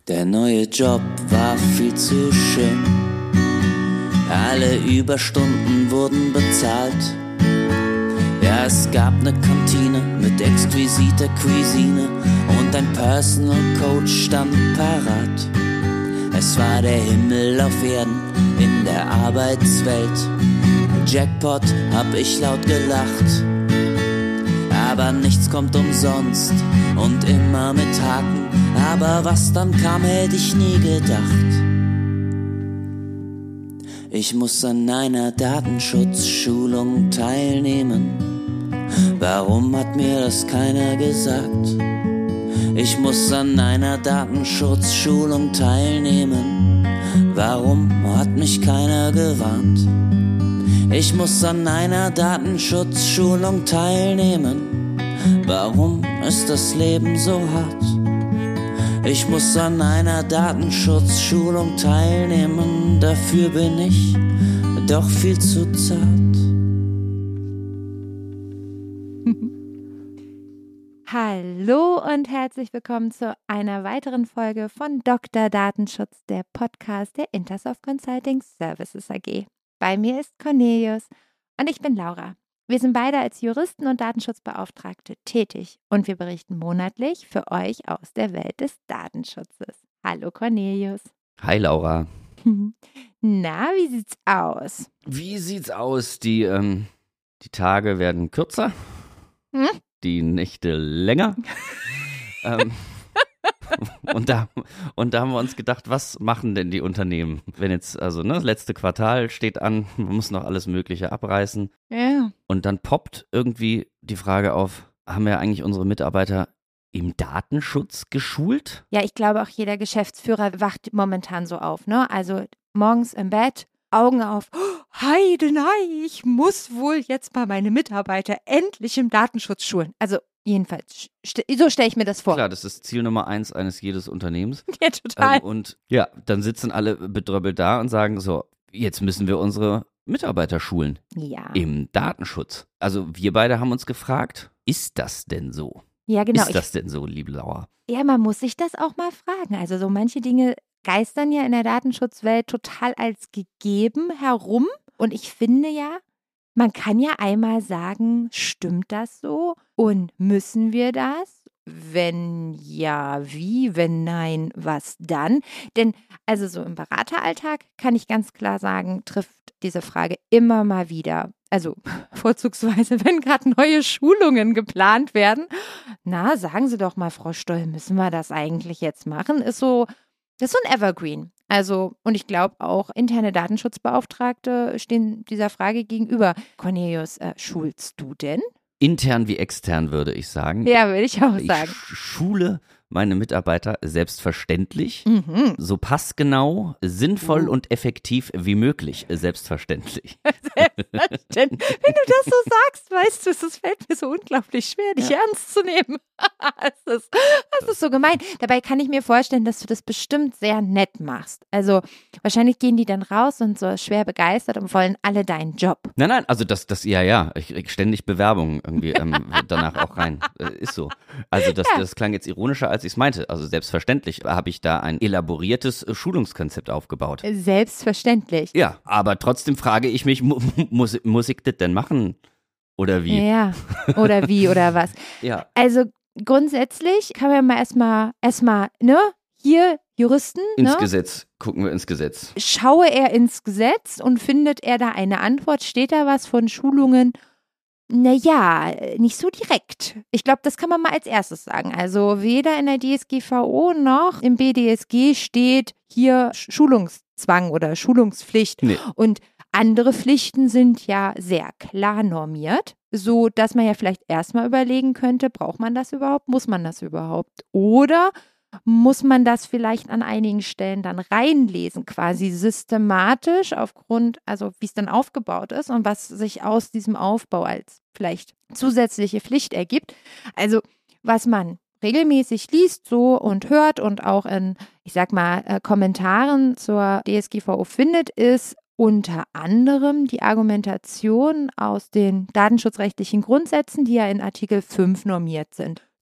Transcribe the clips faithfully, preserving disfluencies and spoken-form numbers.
Der neue Job war viel zu schön. Alle Überstunden wurden bezahlt. Ja, es gab ne Kantine mit exquisiter Cuisine und ein Personal Coach stand parat. Es war der Himmel auf Erden in der Arbeitswelt. Jackpot, hab ich laut gelacht. Aber nichts kommt umsonst und immer mit Haken. Aber was dann kam, hätte ich nie gedacht. Ich muss an einer Datenschutzschulung teilnehmen. Warum hat mir das keiner gesagt? Ich muss an einer Datenschutzschulung teilnehmen. Warum hat mich keiner gewarnt? Ich muss an einer Datenschutzschulung teilnehmen. Warum ist das Leben so hart? Ich muss an einer Datenschutzschulung teilnehmen. Dafür bin ich doch viel zu zart. Hallo und herzlich willkommen zu einer weiteren Folge von Doktor Datenschutz, der Podcast der Intersoft Consulting Services A G. Bei mir ist Cornelius und ich bin Laura. Wir sind beide als Juristen und Datenschutzbeauftragte tätig und wir berichten monatlich für euch aus der Welt des Datenschutzes. Hallo Cornelius. Hi Laura. Na, wie sieht's aus? Wie sieht's aus? Die, ähm, die Tage werden kürzer, Hm? die Nächte länger. ähm, und, da, und da haben wir uns gedacht, was machen denn die Unternehmen? Wenn jetzt, also ne, das letzte Quartal steht an, man muss noch alles Mögliche abreißen. Ja. Und dann poppt irgendwie die Frage auf, haben wir eigentlich unsere Mitarbeiter im Datenschutz geschult? Ja, ich glaube auch jeder Geschäftsführer wacht momentan so auf, ne? Also morgens im Bett, Augen auf, oh, Heide, nein, ich muss wohl jetzt mal meine Mitarbeiter endlich im Datenschutz schulen. Also jedenfalls, st- so stelle ich mir das vor. Klar, das ist Ziel Nummer eins eines jedes Unternehmens. Ja, total. Ähm, und ja, dann sitzen alle bedröppelt da und sagen so, jetzt müssen wir unsere Mitarbeiter schulen Ja. im Datenschutz. Also wir beide haben uns gefragt, ist das denn so? Ja, genau. ist das denn so, liebe Laura? Ich, ja, man muss sich das auch mal fragen. Also so manche Dinge geistern ja in der Datenschutzwelt total als gegeben herum. Und ich finde ja, man kann ja einmal sagen, stimmt das so? Und müssen wir das? Wenn ja, wie? Wenn nein, was dann? Denn also so im Berateralltag kann ich ganz klar sagen, trifft diese Frage immer mal wieder. Also vorzugsweise, wenn gerade neue Schulungen geplant werden. Na, sagen Sie doch mal, Frau Stoll, müssen wir das eigentlich jetzt machen? Ist so, das ist so ein Evergreen. Also, und ich glaube auch interne Datenschutzbeauftragte stehen dieser Frage gegenüber. Cornelius, äh, schulst du denn? Intern wie extern, würde ich sagen. Ja, würde ich auch Ich sagen. sch- schule meine Mitarbeiter selbstverständlich, Mhm. so passgenau, sinnvoll Uh. und effektiv wie möglich, selbstverständlich. Selbstverständlich. Wenn du das so sagst, weißt du, es fällt mir so unglaublich schwer, dich Ja. ernst zu nehmen. Das ist, das ist so gemein. Dabei kann ich mir vorstellen, dass du das bestimmt sehr nett machst. Also wahrscheinlich gehen die dann raus und so schwer begeistert und wollen alle deinen Job. Nein, nein, also das, das, ja, ja, ich krieg ständig Bewerbungen irgendwie ähm, danach auch rein. Äh, ist so. Also das, Ja. das klang jetzt ironischer, als ich es meinte. Also selbstverständlich habe ich da ein elaboriertes äh, Schulungskonzept aufgebaut. Selbstverständlich. Ja, aber trotzdem frage ich mich, mu muss, muss ich das denn machen? Oder wie? Ja, oder wie oder was. Ja. Also grundsätzlich kann man mal erstmal, erstmal, ne, hier Juristen, Ins ne? Gesetz, gucken wir ins Gesetz. Schaue er ins Gesetz und findet er da eine Antwort? Steht da was von Schulungen? Naja, nicht so direkt. Ich glaube, das kann man mal als erstes sagen. Also weder in der D S G V O noch im B D S G steht hier Schulungszwang oder Schulungspflicht. Nee. Und andere Pflichten sind ja sehr klar normiert, so dass man ja vielleicht erstmal überlegen könnte, braucht man das überhaupt? Muss man das überhaupt? Oder muss man das vielleicht an einigen Stellen dann reinlesen, quasi systematisch aufgrund, also wie es dann aufgebaut ist und was sich aus diesem Aufbau als vielleicht zusätzliche Pflicht ergibt. Also was man regelmäßig liest so und hört und auch in, ich sag mal, äh, Kommentaren zur D S G V O findet, ist unter anderem die Argumentation aus den datenschutzrechtlichen Grundsätzen, die ja in Artikel fünf normiert sind.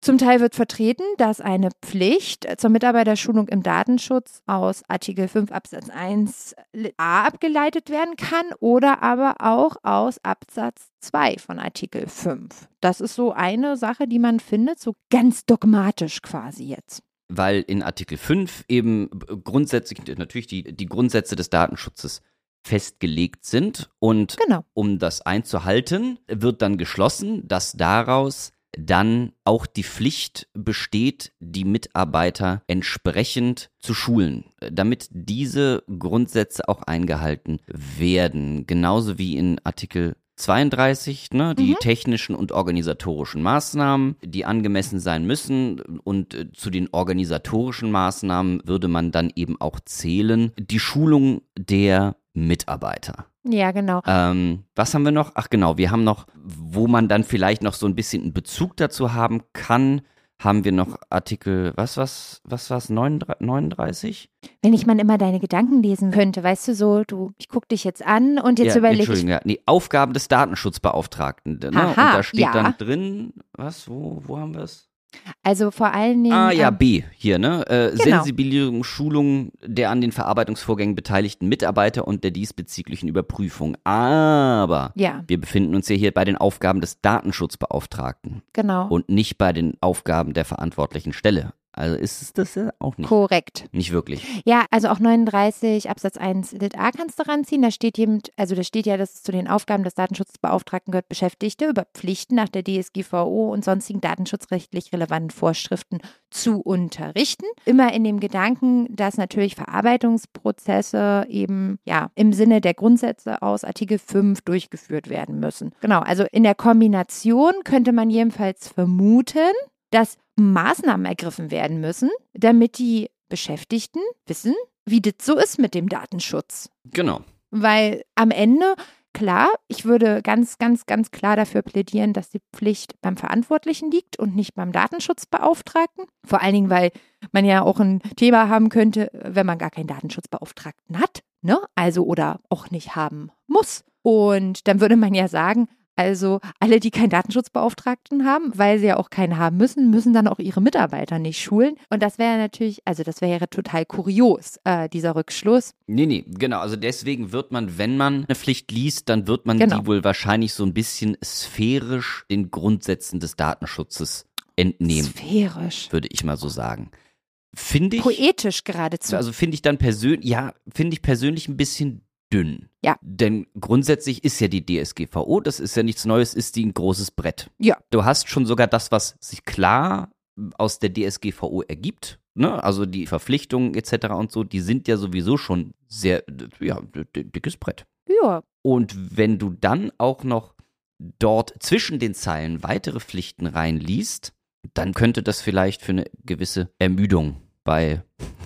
Zum Teil wird vertreten, dass eine Pflicht zur Mitarbeiterschulung im Datenschutz aus Artikel fünf Absatz eins a abgeleitet werden kann oder aber auch aus Absatz zwei von Artikel fünf. Das ist so eine Sache, die man findet, so ganz dogmatisch quasi jetzt. Weil in Artikel fünf eben grundsätzlich natürlich die, die Grundsätze des Datenschutzes festgelegt sind und Genau. um das einzuhalten, wird dann geschlossen, dass daraus dann auch die Pflicht besteht, die Mitarbeiter entsprechend zu schulen, damit diese Grundsätze auch eingehalten werden. Genauso wie in Artikel zweiunddreißig, ne, die mhm. technischen und organisatorischen Maßnahmen, die angemessen sein müssen. Und äh, zu den organisatorischen Maßnahmen würde man dann eben auch zählen, die Schulung der Mitarbeiter. Ja, genau. Ähm, was haben wir noch? Ach genau, wir haben noch, wo man dann vielleicht noch so ein bisschen einen Bezug dazu haben kann, haben wir noch Artikel, was, was, was war es, neununddreißig? Wenn ich mal immer deine Gedanken lesen könnte, weißt du so, du, ich gucke dich jetzt an und jetzt ja, überlege ich. Entschuldigung, ja, nee, Aufgaben des Datenschutzbeauftragten. Ne? Aha, und da steht ja. dann drin, was, wo, wo haben wir es? Also vor allen Dingen. Ah ja, ähm, B hier, ne? Äh, genau. Sensibilisierung, Schulung der an den Verarbeitungsvorgängen beteiligten Mitarbeiter und der diesbezüglichen Überprüfung. Aber ja. wir befinden uns ja hier bei den Aufgaben des Datenschutzbeauftragten. Genau. Und nicht bei den Aufgaben der verantwortlichen Stelle. Also ist es das ja auch nicht. Korrekt. Nicht wirklich. Ja, also auch neununddreißig Absatz eins Lit A kannst du ranziehen. Da steht eben, also da steht ja, dass es zu den Aufgaben des Datenschutzbeauftragten gehört, Beschäftigte über Pflichten nach der D S G V O und sonstigen datenschutzrechtlich relevanten Vorschriften zu unterrichten. Immer in dem Gedanken, dass natürlich Verarbeitungsprozesse eben ja im Sinne der Grundsätze aus Artikel fünf durchgeführt werden müssen. Genau, also in der Kombination könnte man jedenfalls vermuten, dass Maßnahmen ergriffen werden müssen, damit die Beschäftigten wissen, wie das so ist mit dem Datenschutz. Genau. Weil am Ende, klar, ich würde ganz, ganz, ganz klar dafür plädieren, dass die Pflicht beim Verantwortlichen liegt und nicht beim Datenschutzbeauftragten. Vor allen Dingen, weil man ja auch ein Thema haben könnte, wenn man gar keinen Datenschutzbeauftragten hat, ne? Also oder auch nicht haben muss. Und dann würde man ja sagen, also alle, die keinen Datenschutzbeauftragten haben, weil sie ja auch keinen haben müssen, müssen dann auch ihre Mitarbeiter nicht schulen. Und das wäre natürlich, also das wäre total kurios, äh, dieser Rückschluss. Nee, nee, genau. Also deswegen wird man, wenn man eine Pflicht liest, dann wird man Genau. die wohl wahrscheinlich so ein bisschen sphärisch den Grundsätzen des Datenschutzes entnehmen. Sphärisch. Würde ich mal so sagen. Finde ich. Poetisch geradezu. Also finde ich dann persönlich, ja, finde ich persönlich ein bisschen dünn. Ja. Denn grundsätzlich ist ja die D S G V O, das ist ja nichts Neues, ist die ein großes Brett. Ja. Du hast schon sogar das, was sich klar aus der D S G V O ergibt, ne? Also die Verpflichtungen et cetera und so, die sind ja sowieso schon sehr, ja, dickes Brett. Ja. Und wenn du dann auch noch dort zwischen den Zeilen weitere Pflichten reinliest, dann könnte das vielleicht für eine gewisse Ermüdung bei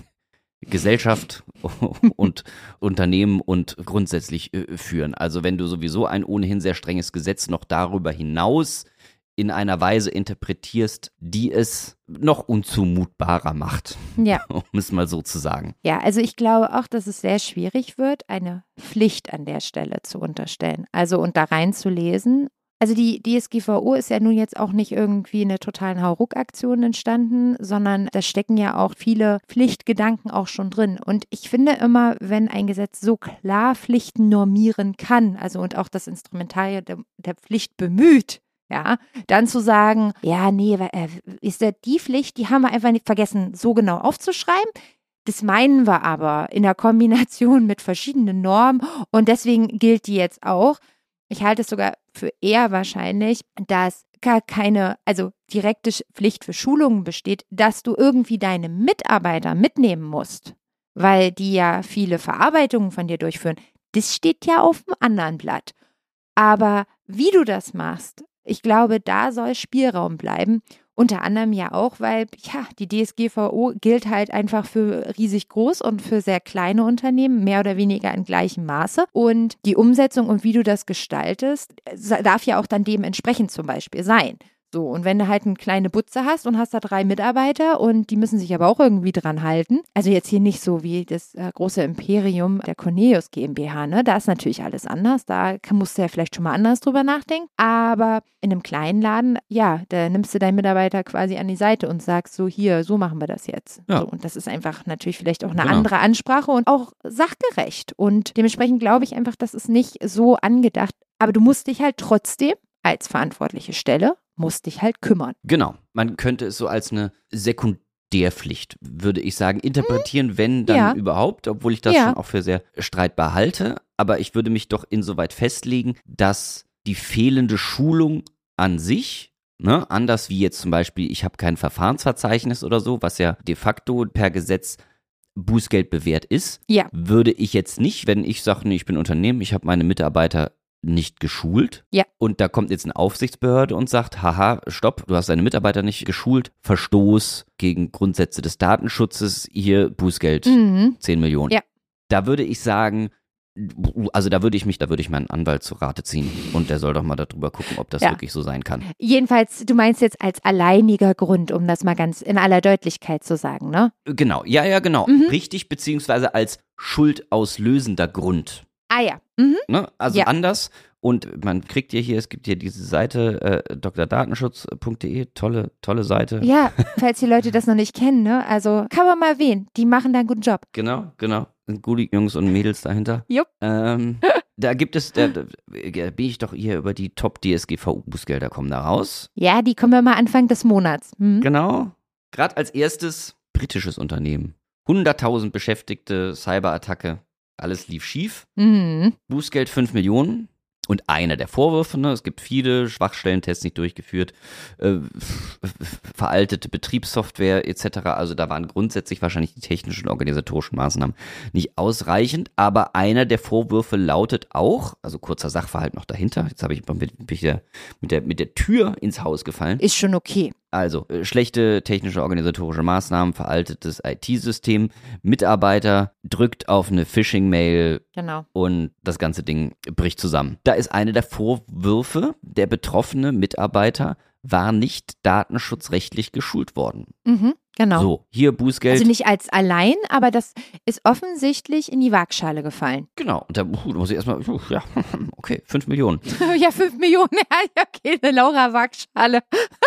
Gesellschaft und Unternehmen und grundsätzlich äh, führen. Also wenn du sowieso ein ohnehin sehr strenges Gesetz noch darüber hinaus in einer Weise interpretierst, die es noch unzumutbarer macht, Ja. um es mal so zu sagen. Ja, also ich glaube auch, dass es sehr schwierig wird, eine Pflicht an der Stelle zu unterstellen. Also und da reinzulesen. Also die D S G V O ist ja nun jetzt auch nicht irgendwie eine totalen Hauruck-Aktion entstanden, sondern da stecken ja auch viele Pflichtgedanken auch schon drin. Und ich finde immer, wenn ein Gesetz so klar Pflichten normieren kann, also und auch das Instrumentarium der, der Pflicht bemüht, ja, dann zu sagen, ja, nee, ist ja die Pflicht, die haben wir einfach nicht vergessen, so genau aufzuschreiben. Das meinen wir aber in der Kombination mit verschiedenen Normen und deswegen gilt die jetzt auch. Ich halte es sogar für eher wahrscheinlich, dass gar keine, also direkte Pflicht für Schulungen besteht, dass du irgendwie deine Mitarbeiter mitnehmen musst, weil die ja viele Verarbeitungen von dir durchführen. Das steht ja auf dem anderen Blatt. Aber wie du das machst, ich glaube, da soll Spielraum bleiben. Unter anderem ja auch, weil ja die D S G V O gilt halt einfach für riesig groß und für sehr kleine Unternehmen, mehr oder weniger in gleichem Maße. Und die Umsetzung und wie du das gestaltest, darf ja auch dann dementsprechend zum Beispiel sein. So, und wenn du halt eine kleine Butze hast und hast da drei Mitarbeiter und die müssen sich aber auch irgendwie dran halten, also jetzt hier nicht so wie das äh, große Imperium der Cornelius GmbH, ne, da ist natürlich alles anders, da kann, musst du ja vielleicht schon mal anders drüber nachdenken, aber in einem kleinen Laden, ja, da nimmst du deinen Mitarbeiter quasi an die Seite und sagst so, hier, so machen wir das jetzt. Ja. So, und das ist einfach natürlich vielleicht auch eine Genau. andere Ansprache und auch sachgerecht und dementsprechend glaube ich einfach, das ist nicht so angedacht, aber du musst dich halt trotzdem als verantwortliche Stelle musst dich halt kümmern. Genau. Man könnte es so als eine Sekundärpflicht, würde ich sagen, interpretieren, wenn dann Ja. überhaupt, obwohl ich das Ja. schon auch für sehr streitbar halte. Aber ich würde mich doch insoweit festlegen, dass die fehlende Schulung an sich, ne, anders wie jetzt zum Beispiel, ich habe kein Verfahrensverzeichnis oder so, was ja de facto per Gesetz Bußgeld bewährt ist, Ja. würde ich jetzt nicht, wenn ich sage, nee, ich bin Unternehmen, ich habe meine Mitarbeiter nicht geschult. Ja. Und da kommt jetzt eine Aufsichtsbehörde und sagt, haha, stopp, du hast deine Mitarbeiter nicht geschult, Verstoß gegen Grundsätze des Datenschutzes, hier Bußgeld, Mhm. zehn Millionen. Ja. Da würde ich sagen, also da würde ich mich, da würde ich meinen Anwalt zu Rate ziehen und der soll doch mal darüber gucken, ob das Ja. wirklich so sein kann. Jedenfalls, du meinst jetzt als alleiniger Grund, um das mal ganz in aller Deutlichkeit zu sagen, ne? Genau, ja, ja, genau. Mhm. Richtig, beziehungsweise als schuldauslösender Grund. Ah ja. Mhm. Ne? Also Ja. anders. Und man kriegt ja hier, es gibt hier diese Seite äh, d r datenschutz punkt de, tolle, tolle Seite. Ja, falls die Leute das noch nicht kennen, ne? Also kann man mal erwähnen, die machen da einen guten Job. Genau, genau. Sind gute Jungs und Mädels dahinter. Jupp. Ähm, da gibt es, da, da bin ich doch hier über die Top-D S G V U-Bußgelder kommen da raus. Ja, die kommen wir mal Anfang des Monats. Mhm. Genau. Gerade als erstes britisches Unternehmen. hunderttausend Beschäftigte, Cyberattacke, alles lief schief. Mhm. Bußgeld fünf Millionen. Und einer der Vorwürfe, ne, es gibt viele Schwachstellentests nicht durchgeführt, äh, veraltete Betriebssoftware et cetera. Also da waren grundsätzlich wahrscheinlich die technischen und organisatorischen Maßnahmen nicht ausreichend. Aber einer der Vorwürfe lautet auch, also kurzer Sachverhalt noch dahinter, jetzt habe ich mit, mit, der, mit, der, mit der Tür ins Haus gefallen. Ist schon okay. Also, äh, schlechte technische organisatorische Maßnahmen, veraltetes I T-System, Mitarbeiter drückt auf eine Phishing-Mail Genau. und das ganze Ding bricht zusammen. Da ist einer der Vorwürfe, der betroffene Mitarbeiter war nicht datenschutzrechtlich geschult worden. Mhm. Genau. So, hier Bußgeld. Also nicht als allein, aber das ist offensichtlich in die Waagschale gefallen. Genau, und da, uh, da muss ich erstmal, uh, ja, okay, fünf Millionen. Ja, fünf Millionen, ja, okay, eine Laura-Waagschale.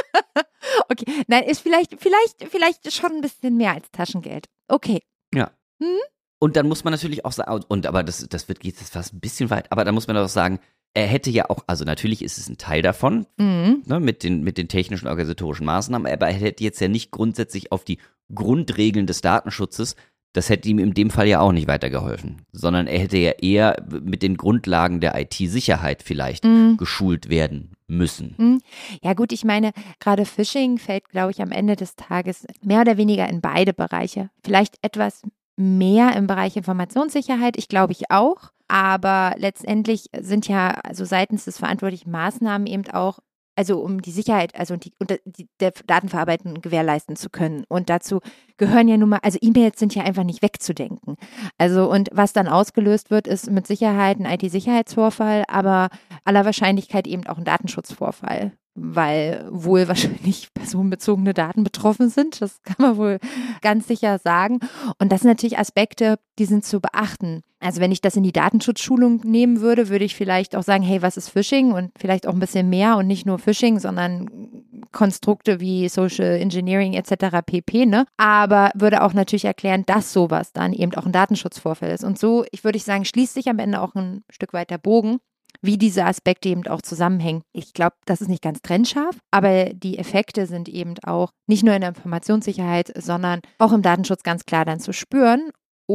Okay, nein, ist vielleicht, vielleicht, vielleicht schon ein bisschen mehr als Taschengeld. Okay. Ja. Mhm. Und dann muss man natürlich auch sagen, und aber das, das wird jetzt fast ein bisschen weit, aber da muss man auch sagen, er hätte ja auch, also natürlich ist es ein Teil davon, Mhm. ne, mit den, mit den technischen und organisatorischen Maßnahmen, aber er hätte jetzt ja nicht grundsätzlich auf die Grundregeln des Datenschutzes, das hätte ihm in dem Fall ja auch nicht weitergeholfen, sondern er hätte ja eher mit den Grundlagen der I T-Sicherheit vielleicht Mhm. geschult werden müssen. Mhm. Ja gut, ich meine, gerade Phishing fällt, glaube ich, am Ende des Tages mehr oder weniger in beide Bereiche. Vielleicht etwas mehr im Bereich Informationssicherheit, ich glaube ich auch. Aber letztendlich sind ja also seitens des verantwortlichen Maßnahmen eben auch, also um die Sicherheit, also die, und die der Datenverarbeitung gewährleisten zu können. Und dazu gehören ja nun mal, also E-Mails sind ja einfach nicht wegzudenken. Also und was dann ausgelöst wird, ist mit Sicherheit ein I T-Sicherheitsvorfall, aber aller Wahrscheinlichkeit eben auch ein Datenschutzvorfall, weil wohl wahrscheinlich personenbezogene Daten betroffen sind. Das kann man wohl ganz sicher sagen. Und das sind natürlich Aspekte, die sind zu beachten. Also wenn ich das in die Datenschutzschulung nehmen würde, würde ich vielleicht auch sagen, hey, was ist Phishing? Und vielleicht auch ein bisschen mehr und nicht nur Phishing, sondern Konstrukte wie Social Engineering et cetera pp. Ne? Aber würde auch natürlich erklären, dass sowas dann eben auch ein Datenschutzvorfall ist. Und so, ich würde sagen, schließt sich am Ende auch ein Stück weit der Bogen, wie diese Aspekte eben auch zusammenhängen. Ich glaube, das ist nicht ganz trennscharf, aber die Effekte sind eben auch nicht nur in der Informationssicherheit, sondern auch im Datenschutz ganz klar dann zu spüren.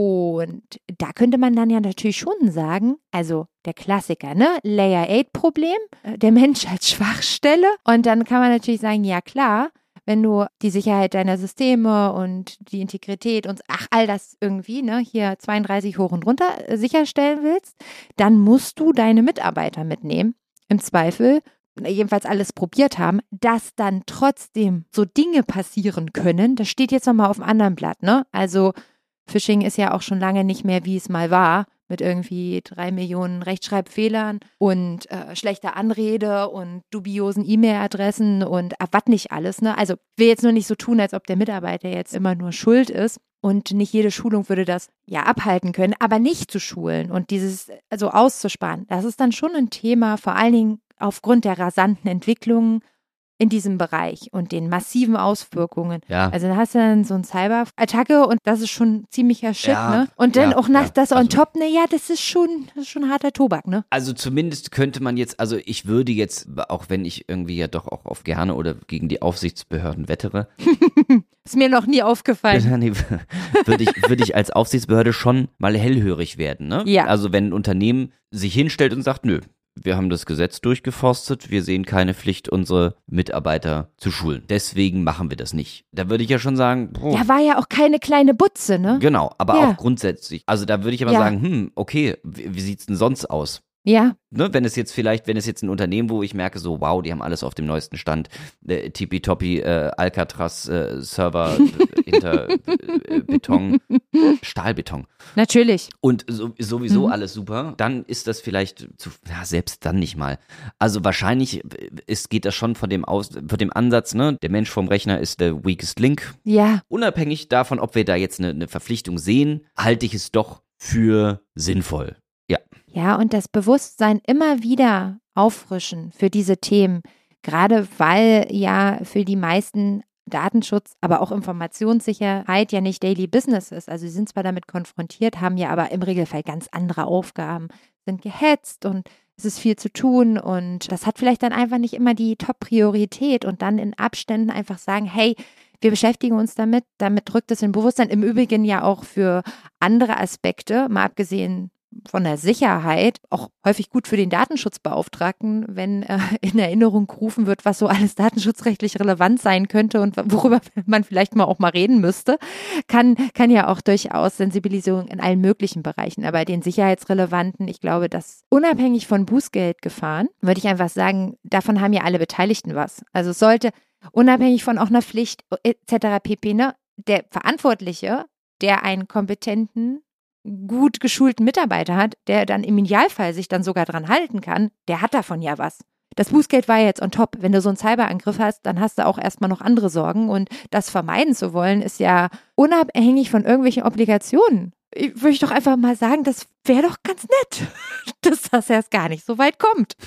Und da könnte man dann ja natürlich schon sagen, also der Klassiker, ne, Layer acht Problem, der Mensch als Schwachstelle. Und dann kann man natürlich sagen, ja klar, wenn du die Sicherheit deiner Systeme und die Integrität und ach, all das irgendwie, ne, hier zweiunddreißig hoch und runter sicherstellen willst, dann musst du deine Mitarbeiter mitnehmen. Im Zweifel, jedenfalls alles probiert haben, dass dann trotzdem so Dinge passieren können. Das steht jetzt nochmal auf einem anderen Blatt, ne? Also Phishing ist ja auch schon lange nicht mehr, wie es mal war, mit irgendwie drei Millionen Rechtschreibfehlern und äh, schlechter Anrede und dubiosen E-Mail-Adressen und ach, was nicht alles. Ne? Also ich will jetzt nur nicht so tun, als ob der Mitarbeiter jetzt immer nur schuld ist. Und nicht jede Schulung würde das ja abhalten können, aber nicht zu schulen und dieses also auszusparen, das ist dann schon ein Thema, vor allen Dingen aufgrund der rasanten Entwicklungen in diesem Bereich und den massiven Auswirkungen. Ja. Also da hast du dann so eine Cyber-Attacke und das ist schon ziemlicher Shit, Ja, ne? Und dann ja, auch nach ja. das on Also- top, ne, ja, das ist schon, das ist schon harter Tobak, ne? Also zumindest könnte man jetzt, also ich würde jetzt, auch wenn ich irgendwie ja doch auch auf gerne oder gegen die Aufsichtsbehörden wettere, Ist mir noch nie aufgefallen. nee, würde ich, würde ich als Aufsichtsbehörde schon mal hellhörig werden. Ne? Ja. Also wenn ein Unternehmen sich hinstellt und sagt, nö, wir haben das Gesetz durchgeforstet, wir sehen keine Pflicht, unsere Mitarbeiter zu schulen. Deswegen machen wir das nicht. Da würde ich ja schon sagen, oh, Ja, war ja auch keine kleine Butze, ne? genau, aber Ja. auch grundsätzlich. Also da würde ich aber Ja. sagen, hm, okay, wie, wie sieht's denn sonst aus? Ja, Ne, wenn es jetzt vielleicht, wenn es jetzt ein Unternehmen, wo ich merke, so, wow, die haben alles auf dem neuesten Stand, äh, tippitoppi, äh, Alcatraz, äh, Server, äh, hinter äh, Beton, Stahlbeton natürlich. und so, sowieso Mhm. alles super, dann ist das vielleicht zu, ja, selbst dann nicht mal. Also wahrscheinlich ist, geht das schon von dem aus, von dem Ansatz, ne, der Mensch vom Rechner ist der weakest link. Ja, Unabhängig davon, ob wir da jetzt eine, eine Verpflichtung sehen, halte ich es doch für sinnvoll. Ja. Ja, und das Bewusstsein immer wieder auffrischen für diese Themen, gerade weil ja für die meisten Datenschutz, aber auch Informationssicherheit ja nicht Daily Business ist. Also sie sind zwar damit konfrontiert, haben ja aber im Regelfall ganz andere Aufgaben, sind gehetzt und es ist viel zu tun und das hat vielleicht dann einfach nicht immer die Top-Priorität und dann in Abständen einfach sagen, hey, wir beschäftigen uns damit, damit drückt es in Bewusstsein, im Übrigen ja auch für andere Aspekte, mal abgesehen von der Sicherheit, auch häufig gut für den Datenschutzbeauftragten, wenn äh, in Erinnerung gerufen wird, was so alles datenschutzrechtlich relevant sein könnte und worüber man vielleicht mal auch mal reden müsste, kann, kann ja auch durchaus Sensibilisierung in allen möglichen Bereichen. Aber den sicherheitsrelevanten, ich glaube, dass unabhängig von Bußgeldgefahren, würde ich einfach sagen, davon haben ja alle Beteiligten was. Also es sollte unabhängig von auch einer Pflicht et cetera pp. Ne, der Verantwortliche, der einen kompetenten, gut geschulten Mitarbeiter hat, der dann im Idealfall sich dann sogar dran halten kann, der hat davon ja was. Das Bußgeld war ja jetzt on top. Wenn du so einen Cyberangriff hast, dann hast du auch erstmal noch andere Sorgen und das vermeiden zu wollen, ist ja unabhängig von irgendwelchen Obligationen. Ich, würde ich doch einfach mal sagen, das wäre doch ganz nett, dass das erst gar nicht so weit kommt.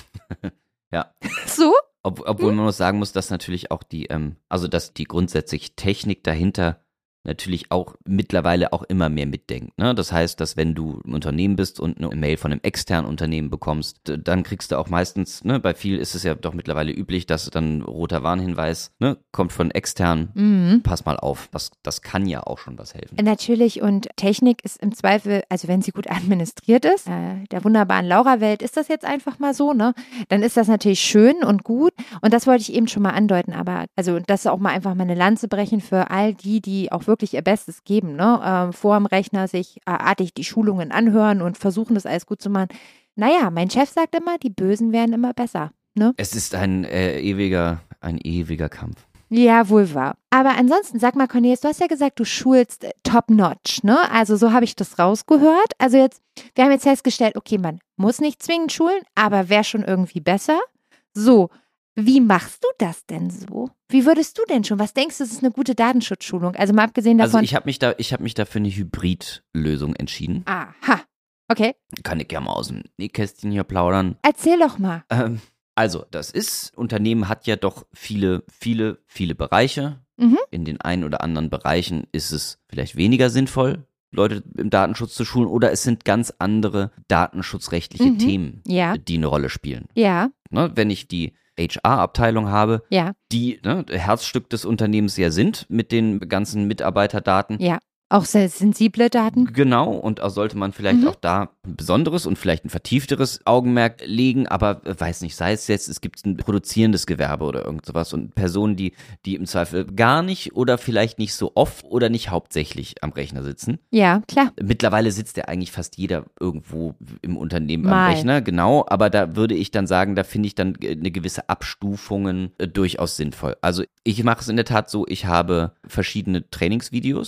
Ja. So? Ob, obwohl man muss sagen muss, dass natürlich auch die, ähm, also dass die grundsätzlich Technik dahinter natürlich auch mittlerweile auch immer mehr mitdenkt. Ne? Das heißt, dass wenn du im Unternehmen bist und eine Mail von einem externen Unternehmen bekommst, d- dann kriegst du auch meistens, ne, bei viel ist es ja doch mittlerweile üblich, dass dann ein roter Warnhinweis, ne, kommt von extern, Mhm. pass mal auf, das, das kann ja auch schon was helfen. Natürlich, und Technik ist im Zweifel, also wenn sie gut administriert ist, äh, der wunderbaren Laura-Welt ist das jetzt einfach mal so, ne? Dann ist das natürlich schön und gut. Und das wollte ich eben schon mal andeuten, aber also das ist auch mal einfach mal eine Lanze brechen für all die, die auch wirklich ihr Bestes geben, ne? Ähm, vor dem Rechner sich äh, artig die Schulungen anhören und versuchen, das alles gut zu machen. Naja, mein Chef sagt immer, die Bösen werden immer besser, ne? Es ist ein äh, ewiger, ein ewiger Kampf. Ja, wohl wahr. Aber ansonsten, sag mal, Cornelis, du hast ja gesagt, du schulst äh, top-notch, ne? Also so habe ich das rausgehört. Also jetzt, wir haben jetzt festgestellt, okay, man muss nicht zwingend schulen, aber wäre schon irgendwie besser. So, wie machst du das denn so? Wie würdest du denn schon? Was denkst du, das ist eine gute Datenschutzschulung? Also mal abgesehen davon. Also ich habe mich da, ich habe mich da für eine Hybridlösung entschieden. Aha, okay. Kann ich gerne mal aus dem Nähkästchen hier plaudern. Erzähl doch mal. Ähm, also, das ist, Unternehmen hat ja doch viele, viele, viele Bereiche. Mhm. In den einen oder anderen Bereichen ist es vielleicht weniger sinnvoll, Leute im Datenschutz zu schulen, oder es sind ganz andere datenschutzrechtliche Mhm. Themen, Ja, die eine Rolle spielen. ja, Ne, wenn ich die H R-Abteilung habe, ja, die ne, Herzstück des Unternehmens ja sind mit den ganzen Mitarbeiterdaten. ja. Auch sehr sensible Daten. Genau, und auch sollte man vielleicht Mhm. auch da ein besonderes und vielleicht ein vertiefteres Augenmerk legen, aber äh, weiß nicht, sei es jetzt, es gibt ein produzierendes Gewerbe oder irgend sowas und Personen, die, die im Zweifel gar nicht oder vielleicht nicht so oft oder nicht hauptsächlich am Rechner sitzen. Ja, klar. Mittlerweile sitzt ja eigentlich fast jeder irgendwo im Unternehmen Mal. am Rechner, genau, aber da würde ich dann sagen, da finde ich dann eine gewisse Abstufungen äh, durchaus sinnvoll. Also ich mache es in der Tat so, ich habe verschiedene Trainingsvideos,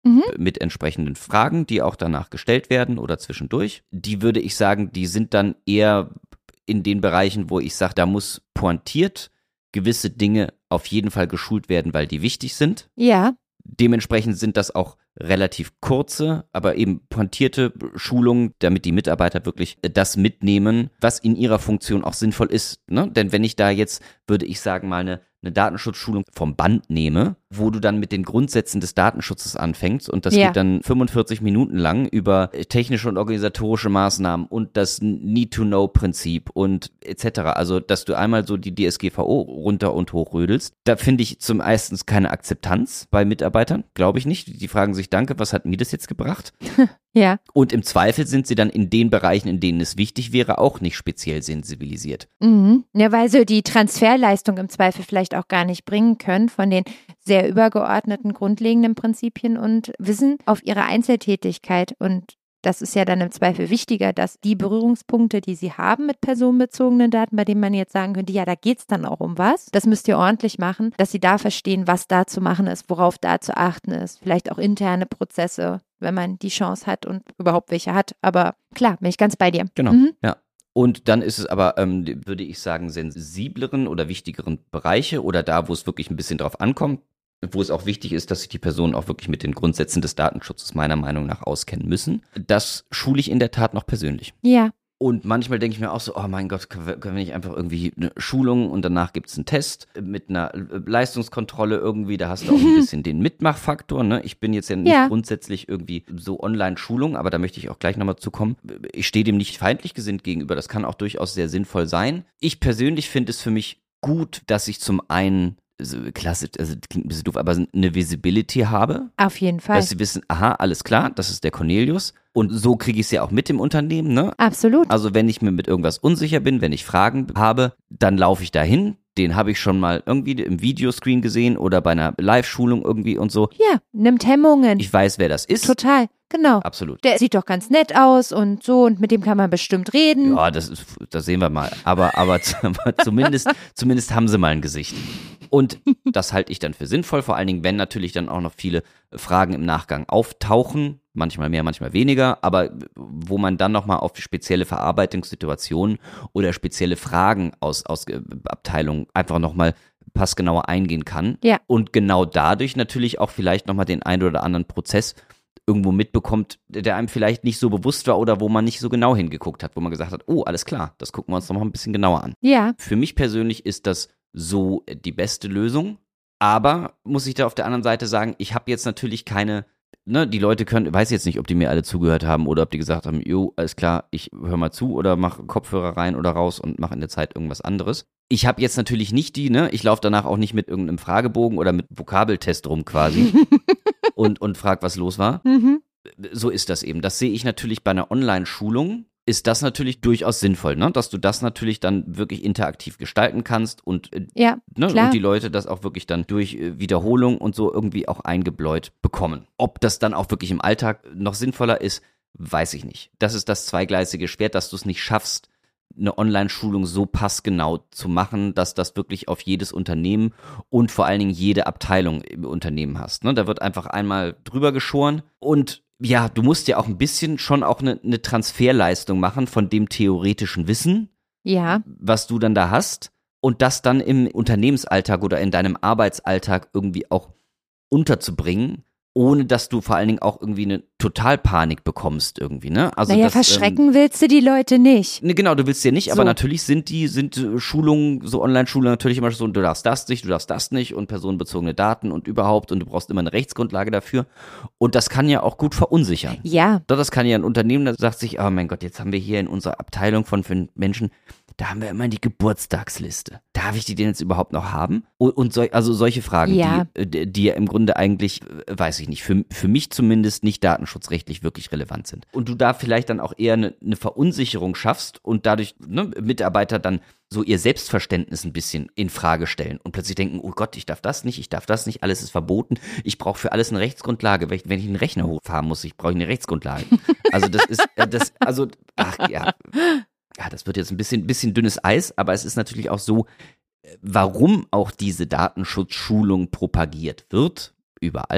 Mhm. mit entsprechenden Fragen, die auch danach gestellt werden oder zwischendurch. Die würde ich sagen, die sind dann eher in den Bereichen, wo ich sage, da muss pointiert gewisse Dinge auf jeden Fall geschult werden, weil die wichtig sind. Ja. Dementsprechend sind das auch relativ kurze, aber eben pointierte Schulungen, damit die Mitarbeiter wirklich das mitnehmen, was in ihrer Funktion auch sinnvoll ist. Ne? Denn wenn ich da jetzt, würde ich sagen, mal eine, eine Datenschutzschulung vom Band nehme, wo du dann mit den Grundsätzen des Datenschutzes anfängst und das Ja. geht dann fünfundvierzig Minuten lang über technische und organisatorische Maßnahmen und das Need-to-Know-Prinzip und et cetera. Also, dass du einmal so die D S G V O runter und hoch rödelst, da finde ich zum erstens keine Akzeptanz bei Mitarbeitern, glaube ich nicht. Die fragen sich, danke, was hat mir das jetzt gebracht? Ja. Und im Zweifel sind sie dann in den Bereichen, in denen es wichtig wäre, auch nicht speziell sensibilisiert. Mhm. Ja, weil sie die Transferleistung im Zweifel vielleicht auch gar nicht bringen können von den sehr übergeordneten, grundlegenden Prinzipien und Wissen auf ihre Einzeltätigkeit. Und das ist ja dann im Zweifel wichtiger, dass die Berührungspunkte, die sie haben mit personenbezogenen Daten, bei denen man jetzt sagen könnte, ja, da geht es dann auch um was, das müsst ihr ordentlich machen, dass sie da verstehen, was da zu machen ist, worauf da zu achten ist, vielleicht auch interne Prozesse, wenn man die Chance hat und überhaupt welche hat. Aber klar, bin ich ganz bei dir. Genau, Mhm. ja. Und dann ist es aber, ähm, würde ich sagen, sensibleren oder wichtigeren Bereiche oder da, wo es wirklich ein bisschen drauf ankommt, wo es auch wichtig ist, dass sich die Personen auch wirklich mit den Grundsätzen des Datenschutzes meiner Meinung nach auskennen müssen. Das schule ich in der Tat noch persönlich. Ja. Und manchmal denke ich mir auch so, oh mein Gott, können wir, können wir nicht einfach irgendwie eine Schulung und danach gibt es einen Test mit einer Leistungskontrolle irgendwie, da hast du auch ein bisschen den Mitmachfaktor, ne? Ich bin jetzt ja nicht Ja. grundsätzlich irgendwie so Online-Schulung, aber da möchte ich auch gleich nochmal zukommen. Ich stehe dem nicht feindlich gesinnt gegenüber, das kann auch durchaus sehr sinnvoll sein. Ich persönlich finde es für mich gut, dass ich zum einen so klasse, also das klingt ein bisschen doof, aber eine Visibility habe. Auf jeden Fall. Dass sie wissen, aha, alles klar, das ist der Cornelius. Und so kriege ich es ja auch mit im Unternehmen, ne? Absolut. Also wenn ich mir mit irgendwas unsicher bin, wenn ich Fragen habe, dann laufe ich dahin. Den habe ich schon mal irgendwie im Videoscreen gesehen oder bei einer Live-Schulung irgendwie und so. Ja, nimmt Hemmungen. Ich weiß, wer das ist. Total, genau. Absolut. Der sieht doch ganz nett aus und so und mit dem kann man bestimmt reden. Ja, das ist, das sehen wir mal. Aber, aber, aber zumindest, zumindest haben sie mal ein Gesicht. Und das halte ich dann für sinnvoll, vor allen Dingen, wenn natürlich dann auch noch viele Fragen im Nachgang auftauchen, manchmal mehr, manchmal weniger, aber wo man dann nochmal auf spezielle Verarbeitungssituationen oder spezielle Fragen aus, aus Abteilungen einfach nochmal passgenauer eingehen kann. Ja. Und genau dadurch natürlich auch vielleicht nochmal den einen oder anderen Prozess irgendwo mitbekommt, der einem vielleicht nicht so bewusst war oder wo man nicht so genau hingeguckt hat, wo man gesagt hat, oh, alles klar, das gucken wir uns nochmal ein bisschen genauer an. Ja. Für mich persönlich ist das so die beste Lösung, aber muss ich da auf der anderen Seite sagen, ich habe jetzt natürlich keine, ne, die Leute können, weiß jetzt nicht, ob die mir alle zugehört haben oder ob die gesagt haben, jo, alles klar, ich höre mal zu oder mache Kopfhörer rein oder raus und mache in der Zeit irgendwas anderes. Ich habe jetzt natürlich nicht die, ne, ich laufe danach auch nicht mit irgendeinem Fragebogen oder mit Vokabeltest rum quasi und, und frag, was los war. Mhm. So ist das eben. Das sehe ich natürlich bei einer Online-Schulung, ist das natürlich durchaus sinnvoll, ne? Dass du das natürlich dann wirklich interaktiv gestalten kannst und, äh, Ja, ne? klar. und die Leute das auch wirklich dann durch äh, Wiederholung und so irgendwie auch eingebläut bekommen. Ob das dann auch wirklich im Alltag noch sinnvoller ist, weiß ich nicht. Das ist das zweigleisige Schwert, dass du es nicht schaffst, eine Online-Schulung so passgenau zu machen, dass das wirklich auf jedes Unternehmen und vor allen Dingen jede Abteilung im Unternehmen hast. Ne? Da wird einfach einmal drüber geschoren und ja, du musst ja auch ein bisschen schon auch eine, eine Transferleistung machen von dem theoretischen Wissen, Ja. was du dann da hast und das dann im Unternehmensalltag oder in deinem Arbeitsalltag irgendwie auch unterzubringen, ohne dass du vor allen Dingen auch irgendwie eine Totalpanik bekommst irgendwie, ne? Also Naja, das, verschrecken ähm, willst du die Leute nicht. Ne, genau, du willst ja nicht, aber So. natürlich sind die, sind äh, Schulungen, so Online-Schulungen natürlich immer so, du darfst das nicht, du darfst das nicht und personenbezogene Daten und überhaupt und du brauchst immer eine Rechtsgrundlage dafür und das kann ja auch gut verunsichern. Ja. Das kann ja ein Unternehmen, das sagt sich, oh mein Gott, jetzt haben wir hier in unserer Abteilung von fünf Menschen, da haben wir immer die Geburtstagsliste. Darf ich die denn jetzt überhaupt noch haben? Und, und so, also solche Fragen, Ja. die, die, die ja im Grunde eigentlich, äh, weiß ich nicht, für, für mich zumindest nicht datenschutzrechtlich wirklich relevant sind. Und du da vielleicht dann auch eher eine, eine Verunsicherung schaffst und dadurch ne, Mitarbeiter dann so ihr Selbstverständnis ein bisschen in Frage stellen und plötzlich denken, oh Gott, ich darf das nicht, ich darf das nicht, alles ist verboten, ich brauche für alles eine Rechtsgrundlage, wenn ich, wenn ich einen Rechner hochfahren muss, ich brauche eine Rechtsgrundlage. Also das ist, äh, das, also, ach ja, ja, das wird jetzt ein bisschen, bisschen dünnes Eis, aber es ist natürlich auch so, warum auch diese Datenschutzschulung propagiert wird, überall,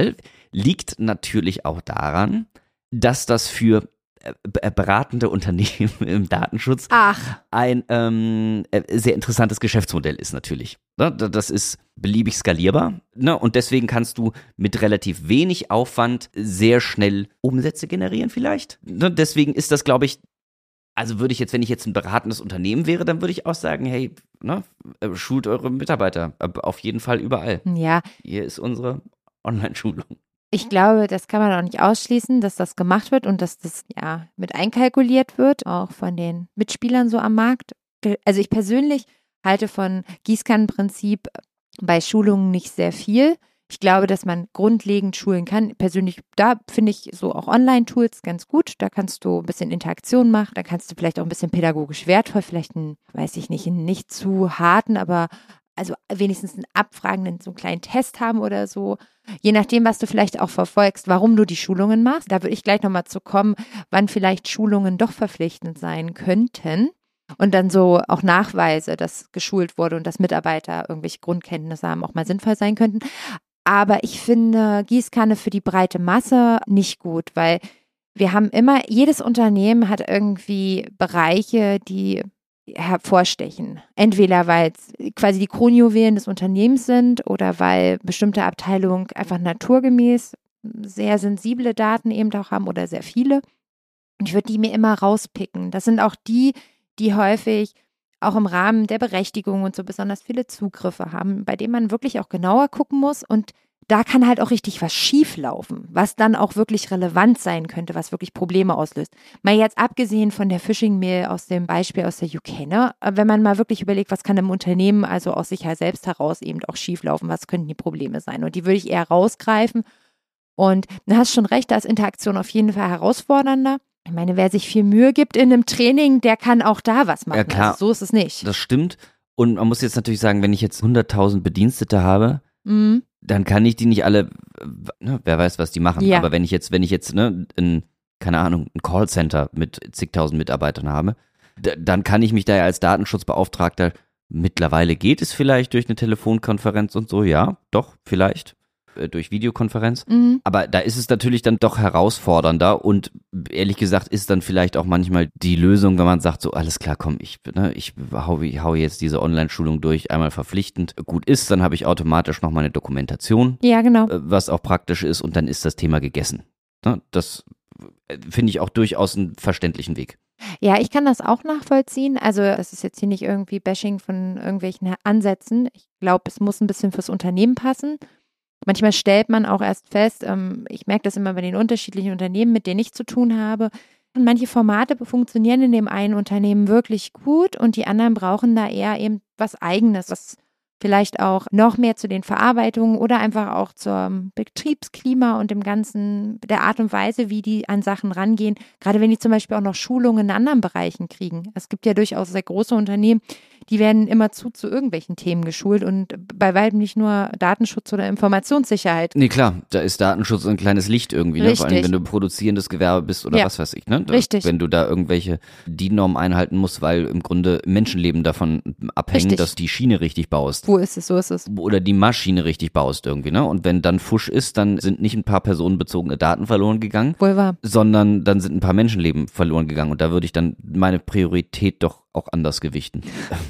liegt natürlich auch daran, dass das für äh, beratende Unternehmen im Datenschutz Ach. ein ähm, sehr interessantes Geschäftsmodell ist natürlich. Ne? Das ist beliebig skalierbar, ne? Und deswegen kannst du mit relativ wenig Aufwand sehr schnell Umsätze generieren vielleicht. Ne? Deswegen ist das, glaube ich, also würde ich jetzt, wenn ich jetzt ein beratendes Unternehmen wäre, dann würde ich auch sagen, hey, ne, schult eure Mitarbeiter auf jeden Fall überall. Ja. Hier ist unsere Online-Schulung. Ich glaube, das kann man auch nicht ausschließen, dass das gemacht wird und dass das ja mit einkalkuliert wird, auch von den Mitspielern so am Markt. Also ich persönlich halte von Gießkannenprinzip bei Schulungen nicht sehr viel. Ich glaube, dass man grundlegend schulen kann. Persönlich, da finde ich so auch Online-Tools ganz gut. Da kannst du ein bisschen Interaktion machen. Da kannst du vielleicht auch ein bisschen pädagogisch wertvoll, vielleicht einen, weiß ich nicht, einen nicht zu harten, aber also wenigstens einen abfragenden, so einen kleinen Test haben oder so. Je nachdem, was du vielleicht auch verfolgst, warum du die Schulungen machst. Da würde ich gleich nochmal zu kommen, wann vielleicht Schulungen doch verpflichtend sein könnten. Und dann so auch Nachweise, dass geschult wurde und dass Mitarbeiter irgendwelche Grundkenntnisse haben, auch mal sinnvoll sein könnten. Aber ich finde Gießkanne für die breite Masse nicht gut, weil wir haben immer, jedes Unternehmen hat irgendwie Bereiche, die hervorstechen. Entweder weil es quasi die Kronjuwelen des Unternehmens sind oder weil bestimmte Abteilungen einfach naturgemäß sehr sensible Daten eben auch haben oder sehr viele. Und ich würde die mir immer rauspicken. Das sind auch die, die häufig auch im Rahmen der Berechtigung und so besonders viele Zugriffe haben, bei denen man wirklich auch genauer gucken muss und da kann halt auch richtig was schieflaufen, was dann auch wirklich relevant sein könnte, was wirklich Probleme auslöst. Mal jetzt abgesehen von der Phishing-Mail aus dem Beispiel aus der U K, ne? Wenn man mal wirklich überlegt, was kann im Unternehmen also aus sich selbst heraus eben auch schieflaufen, was könnten die Probleme sein? Und die würde ich eher rausgreifen. Und du hast schon recht, da ist Interaktion auf jeden Fall herausfordernder. Ich meine, wer sich viel Mühe gibt in einem Training, der kann auch da was machen. Ja, klar. Also so ist es nicht. Das stimmt. Und man muss jetzt natürlich sagen, wenn ich jetzt hunderttausend Bedienstete habe, Mhm. dann kann ich die nicht alle, ne, wer weiß, was die machen. Ja. Aber wenn ich jetzt, wenn ich jetzt, ne, ein, keine Ahnung, ein Callcenter mit zigtausend Mitarbeitern habe, d- dann kann ich mich da ja als Datenschutzbeauftragter, mittlerweile geht es vielleicht durch eine Telefonkonferenz und so, ja, doch, vielleicht, äh, durch Videokonferenz. Mhm. Aber da ist es natürlich dann doch herausfordernder und ehrlich gesagt ist dann vielleicht auch manchmal die Lösung, wenn man sagt, so alles klar, komm, ich, ne, ich hau, ich hau jetzt diese Online-Schulung durch, einmal verpflichtend. Gut ist, dann habe ich automatisch noch mal eine Dokumentation, Ja, genau. äh, was auch praktisch ist und dann ist das Thema gegessen. Ne, das äh, finde ich auch durchaus einen verständlichen Weg. Ja, ich kann das auch nachvollziehen. Also das ist jetzt hier nicht irgendwie Bashing von irgendwelchen Ansätzen. Ich glaube, es muss ein bisschen fürs Unternehmen passen. Manchmal stellt man auch erst fest, ähm, ich merke das immer bei den unterschiedlichen Unternehmen, mit denen ich zu tun habe. Und manche Formate funktionieren in dem einen Unternehmen wirklich gut und die anderen brauchen da eher eben was Eigenes, was vielleicht auch noch mehr zu den Verarbeitungen oder einfach auch zum Betriebsklima und dem ganzen, der Art und Weise, wie die an Sachen rangehen. Gerade wenn die zum Beispiel auch noch Schulungen in anderen Bereichen kriegen. Es gibt ja durchaus sehr große Unternehmen, die werden immerzu zu irgendwelchen Themen geschult und bei weitem nicht nur Datenschutz oder Informationssicherheit. Nee, klar, da ist Datenschutz ein kleines Licht irgendwie, ne? Vor allem, wenn du produzierendes Gewerbe bist oder Ja. was weiß ich, ne? Da, Richtig. Wenn du da irgendwelche D I N-Normen einhalten musst, weil im Grunde Menschenleben davon abhängen, Richtig. dass die Schiene richtig baust. Wo ist es, so ist es. Oder die Maschine richtig baust irgendwie, ne? Und wenn dann Fusch ist, dann sind nicht ein paar personenbezogene Daten verloren gegangen, Wohl wahr. sondern dann sind ein paar Menschenleben verloren gegangen. Und da würde ich dann meine Priorität doch auch anders gewichten.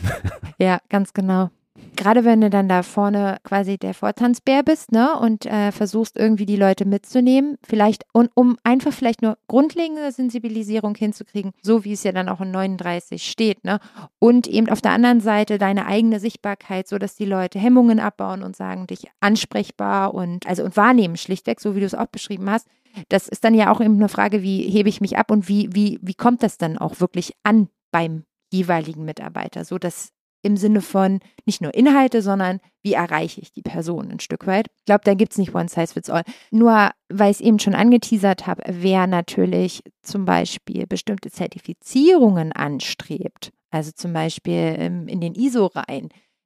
Ja, ganz genau. Gerade wenn du dann da vorne quasi der Vortanzbär bist, ne, und äh, versuchst irgendwie die Leute mitzunehmen, vielleicht, und um einfach vielleicht nur grundlegende Sensibilisierung hinzukriegen, so wie es ja dann auch in neununddreißig steht, ne, und eben auf der anderen Seite deine eigene Sichtbarkeit, so dass die Leute Hemmungen abbauen und sagen, dich ansprechbar und, also, und wahrnehmen schlichtweg, so wie du es auch beschrieben hast. Das ist dann ja auch eben eine Frage, wie hebe ich mich ab und wie, wie, wie kommt das dann auch wirklich an beim jeweiligen Mitarbeiter, so dass im Sinne von nicht nur Inhalte, sondern wie erreiche ich die Person ein Stück weit. Ich glaube, da gibt es nicht one size fits all. Nur, weil ich es eben schon angeteasert habe, wer natürlich zum Beispiel bestimmte Zertifizierungen anstrebt, also zum Beispiel in den I S O-Reihen,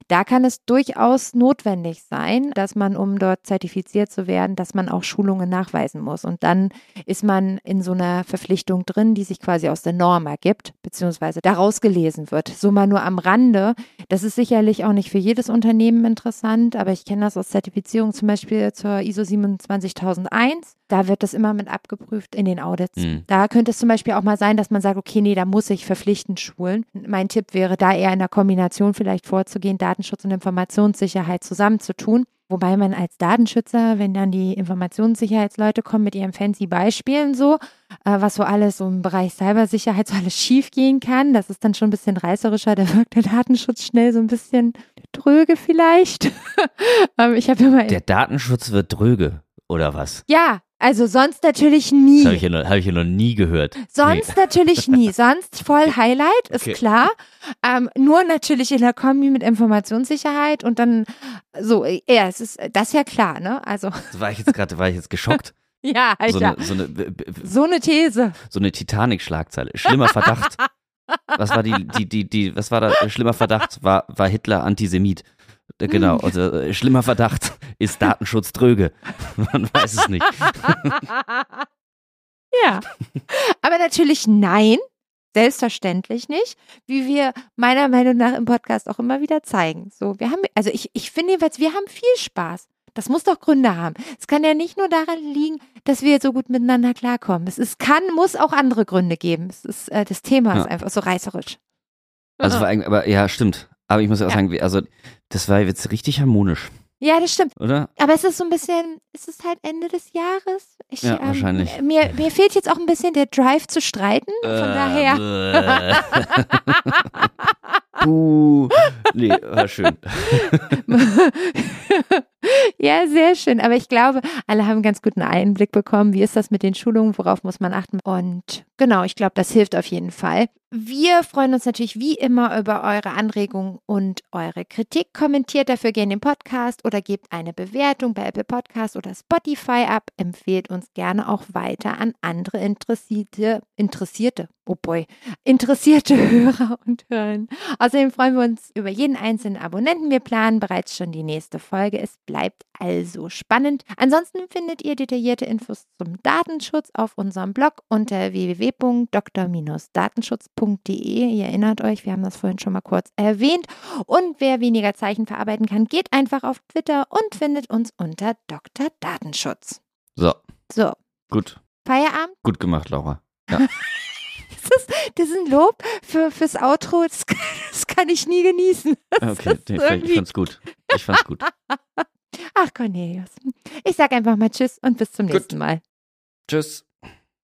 Da kann es durchaus notwendig sein, dass man, um dort zertifiziert zu werden, dass man auch Schulungen nachweisen muss. Und dann ist man in so einer Verpflichtung drin, die sich quasi aus der Norm ergibt, beziehungsweise daraus gelesen wird. So mal nur am Rande. Das ist sicherlich auch nicht für jedes Unternehmen interessant, aber ich kenne das aus Zertifizierung zum Beispiel zur I S O siebenundzwanzigtausendeins. Da wird das immer mit abgeprüft in den Audits. Mhm. Da könnte es zum Beispiel auch mal sein, dass man sagt, okay, nee, da muss ich verpflichtend schulen. Mein Tipp wäre, da eher in der Kombination vielleicht vorzugehen, Datenschutz und Informationssicherheit zusammenzutun. Wobei man als Datenschützer, wenn dann die Informationssicherheitsleute kommen mit ihren fancy Beispielen so, äh, was so alles so im Bereich Cybersicherheit so alles schief gehen kann, das ist dann schon ein bisschen reißerischer, da wirkt der Datenschutz schnell so ein bisschen dröge vielleicht. ähm, ich habe immer Der Datenschutz wird dröge, oder was? Ja, also sonst natürlich nie. Das habe ich, ja noch- hab ich ja noch nie gehört. Sonst Nee. natürlich nie. Sonst voll Highlight, ist Okay. klar. Ähm, nur natürlich in der Kombi mit Informationssicherheit und dann so, ja, es ist das ist ja klar, ne? Also, Das war ich jetzt gerade, war ich jetzt geschockt. ja, So Alter. eine, so eine, b- b- So eine These. so eine Titanic-Schlagzeile. Schlimmer Verdacht. Was war die, die, die, die, was war da? Schlimmer Verdacht war, war Hitler Antisemit. Äh, Genau, also äh, schlimmer Verdacht ist Datenschutz dröge. Man weiß es nicht. Ja. Aber natürlich nein. Selbstverständlich nicht, wie wir meiner Meinung nach im Podcast auch immer wieder zeigen. So, wir haben, also ich, ich finde jedenfalls, wir haben viel Spaß. Das muss doch Gründe haben. Es kann ja nicht nur daran liegen, dass wir so gut miteinander klarkommen. Es ist, kann, muss auch andere Gründe geben. Es ist, äh, das Thema ist Ja. einfach so reißerisch. Also war eigentlich, aber ja, stimmt. Aber ich muss ja auch Ja. sagen, wie- also das war jetzt richtig harmonisch, Ja, das stimmt. oder? Aber es ist so ein bisschen, es ist halt Ende des Jahres. Ich, Ja, wahrscheinlich. Ähm, mir, mir fehlt jetzt auch ein bisschen der Drive zu streiten. Von daher. daher. Puh. Nee, war schön. Ja, sehr schön. Aber ich glaube, alle haben einen ganz guten Einblick bekommen. Wie ist das mit den Schulungen? Worauf muss man achten? Und genau, ich glaube, das hilft auf jeden Fall. Wir freuen uns natürlich wie immer über eure Anregungen und eure Kritik. Kommentiert dafür gerne den Podcast oder gebt eine Bewertung bei Apple Podcast oder Spotify ab. Empfehlt uns gerne auch weiter an andere Interessierte, Interessierte, oh boy, interessierte Hörer und Hörerinnen. Außerdem freuen wir uns über jeden einzelnen Abonnenten. Wir planen bereits schon die nächste Folge. Es bleibt also spannend. Ansonsten findet ihr detaillierte Infos zum Datenschutz auf unserem Blog unter w w w punkt d r datenschutz punkt d e. Ihr erinnert euch, wir haben das vorhin schon mal kurz erwähnt. Und wer weniger Zeichen verarbeiten kann, geht einfach auf Twitter und findet uns unter Doktor Datenschutz. So, So, gut. Feierabend. Gut gemacht, Laura. Das ist, das ist ein Lob für, fürs Outro. Das kann, das kann ich nie genießen. Das Okay, ist nee, ich irgendwie- fand's gut. Ich fand's gut. Ach, Cornelius. Ich sag einfach mal Tschüss und bis zum Gut. nächsten Mal. Tschüss.